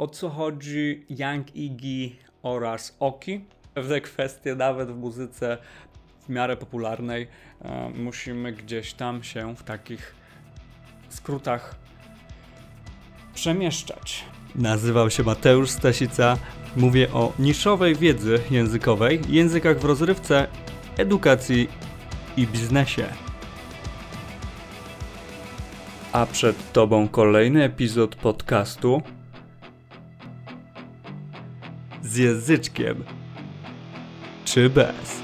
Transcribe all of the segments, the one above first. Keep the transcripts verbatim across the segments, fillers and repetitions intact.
o co chodzi Young Iggy oraz Oki. Pewne kwestie nawet w muzyce w miarę popularnej e, musimy gdzieś tam się w takich skrótach przemieszczać. Nazywam się Mateusz Stasica, mówię o niszowej wiedzy językowej, językach w rozrywce, edukacji i biznesie. A przed Tobą kolejny epizod podcastu z języczkiem czy bez.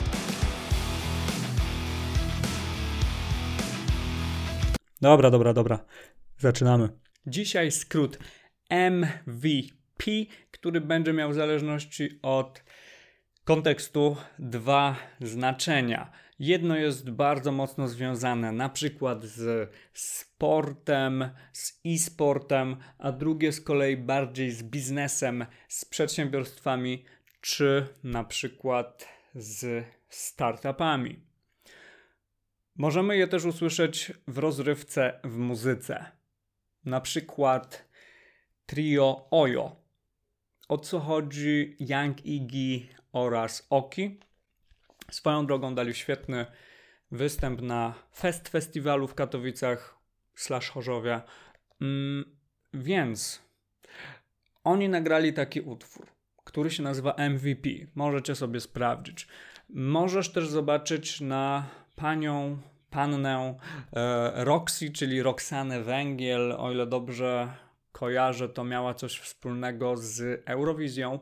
Dobra, dobra, dobra. Zaczynamy. Dzisiaj skrót M V P, który będzie miał w zależności od kontekstu dwa znaczenia. Jedno jest bardzo mocno związane na przykład z sportem, z e-sportem, a drugie z kolei bardziej z biznesem, z przedsiębiorstwami, czy na przykład z startupami. Możemy je też usłyszeć w rozrywce w muzyce. Na przykład trio Ojo. O co chodzi Young Iggy oraz Oki? Swoją drogą dali świetny występ na Fest Festiwalu w Katowicach slash Chorzowia. Mm, więc oni nagrali taki utwór, który się nazywa M V P. Możecie sobie sprawdzić. Możesz też zobaczyć na panią, pannę e, Roxy, czyli Roxanę Węgiel. O ile dobrze kojarzę, to miała coś wspólnego z Eurowizją.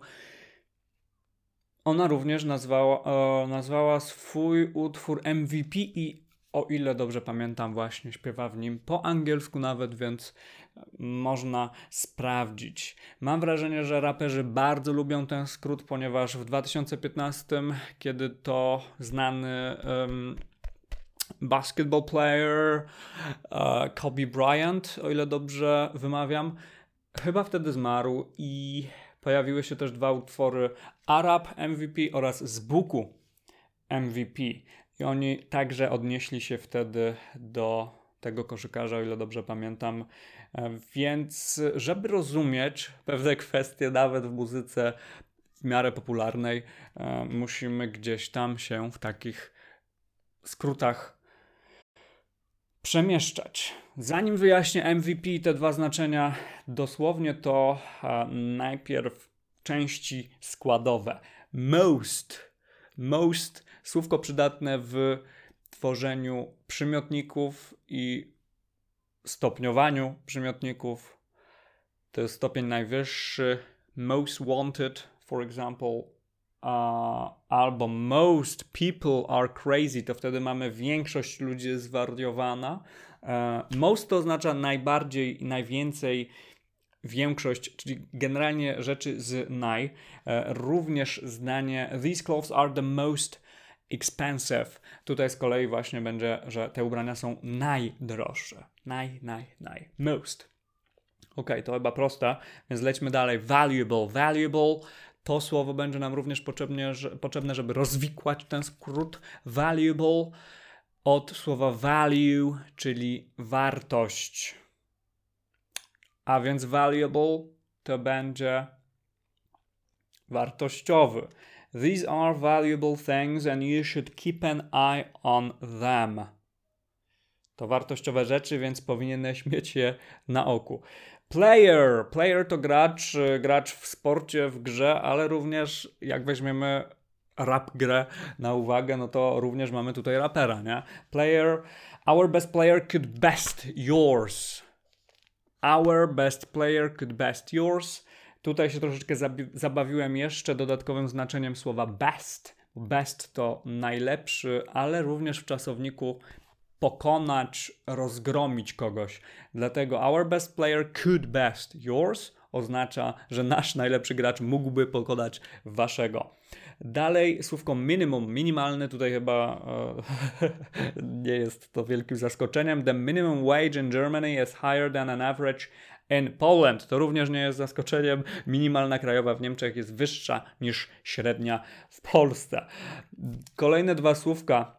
Ona również nazwała, e, nazwała swój utwór M V P i o ile dobrze pamiętam właśnie śpiewa w nim po angielsku nawet, więc można sprawdzić. Mam wrażenie, że raperzy bardzo lubią ten skrót, ponieważ w dwa tysiące piętnastym, kiedy to znany um, basketball player uh, Kobe Bryant, o ile dobrze wymawiam, chyba wtedy zmarł i pojawiły się też dwa utwory Arab M V P oraz Zbuku M V P. I oni także odnieśli się wtedy do tego koszykarza, o ile dobrze pamiętam. Więc żeby rozumieć pewne kwestie nawet w muzyce w miarę popularnej, musimy gdzieś tam się w takich skrótach przemieszczać. Zanim wyjaśnię M V P i te dwa znaczenia dosłownie, to a, najpierw części składowe. Most. Most, słówko przydatne w tworzeniu przymiotników i stopniowaniu przymiotników. To jest stopień najwyższy. Most wanted, for example. Uh, albo most people are crazy, to wtedy mamy większość ludzi zwariowana. Uh, most to oznacza najbardziej i najwięcej, większość, czyli generalnie rzeczy z naj. Uh, również zdanie these clothes are the most expensive. Tutaj z kolei właśnie będzie, że te ubrania są najdroższe. Naj, naj, naj. Most. Ok, to chyba proste, więc lećmy dalej. Valuable. Valuable. To słowo będzie nam również potrzebne, potrzebne, żeby rozwikłać ten skrót valuable od słowa value, czyli wartość. A więc valuable to będzie wartościowy. These are valuable things and you should keep an eye on them. To wartościowe rzeczy, więc powinieneś mieć je na oku. Player. Player to gracz, gracz w sporcie, w grze, ale również jak weźmiemy rap grę na uwagę, no to również mamy tutaj rapera, nie? Player. Our best player could best yours. Our best player could best yours. Tutaj się troszeczkę zabawiłem jeszcze dodatkowym znaczeniem słowa best. Best to najlepszy, ale również w czasowniku pokonać, rozgromić kogoś. Dlatego our best player could best yours oznacza, że nasz najlepszy gracz mógłby pokonać waszego. Dalej słówko minimum, minimalny, tutaj chyba e, nie jest to wielkim zaskoczeniem. The minimum wage in Germany is higher than an average in Poland. To również nie jest zaskoczeniem. Minimalna krajowa w Niemczech jest wyższa niż średnia w Polsce. Kolejne dwa słówka.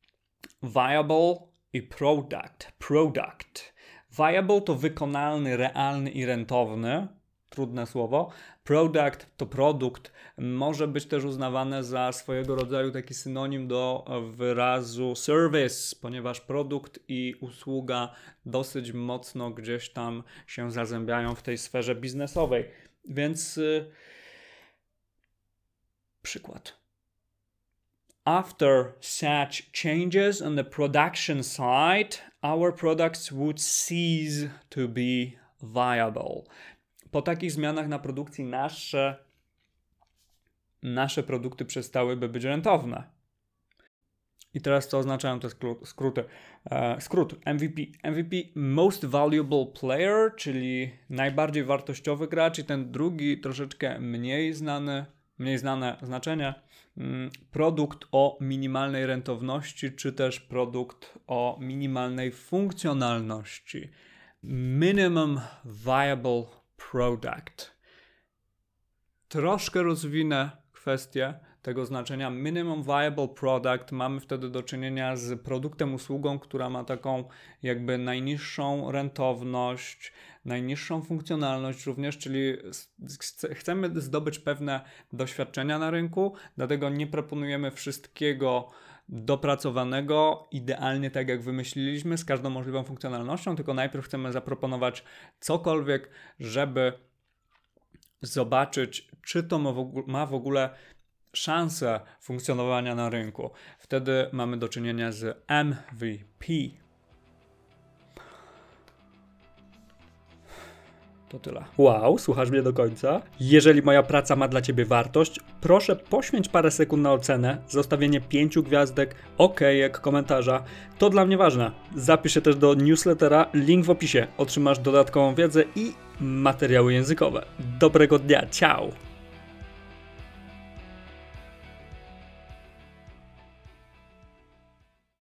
Viable i product. Product. Viable to wykonalny, realny i rentowny. trudne słowo. Product to produkt, może być też uznawane za swojego rodzaju taki synonim do wyrazu service, ponieważ produkt i usługa dosyć mocno gdzieś tam się zazębiają w tej sferze biznesowej. Więc yy, przykład. After such changes on the production side, our products would cease to be viable. Po takich zmianach na produkcji nasze, nasze produkty przestałyby być rentowne. I teraz co oznaczają te skróty? E, skrót M V P. M V P Most Valuable Player, czyli najbardziej wartościowy gracz, i ten drugi troszeczkę mniej znany, mniej znane znaczenie. Produkt o minimalnej rentowności, czy też produkt o minimalnej funkcjonalności. Minimum Viable Product. Troszkę rozwinę kwestię tego znaczenia. Minimum Viable Product. Mamy wtedy do czynienia z produktem, usługą, która ma taką jakby najniższą rentowność, najniższą funkcjonalność również, czyli chcemy zdobyć pewne doświadczenia na rynku, dlatego nie proponujemy wszystkiego dopracowanego, idealnie tak jak wymyśliliśmy, z każdą możliwą funkcjonalnością, tylko najpierw chcemy zaproponować cokolwiek, żeby zobaczyć, czy to ma w ogóle, ma w ogóle szansę funkcjonowania na rynku. Wtedy mamy do czynienia z M V P. To tyle. Wow, słuchasz mnie do końca? Jeżeli moja praca ma dla Ciebie wartość, proszę poświęć parę sekund na ocenę, zostawienie pięciu gwiazdek, okejek, komentarza. To dla mnie ważne. Zapisz się też do newslettera, link w opisie. Otrzymasz dodatkową wiedzę i materiały językowe. Dobrego dnia, ciao!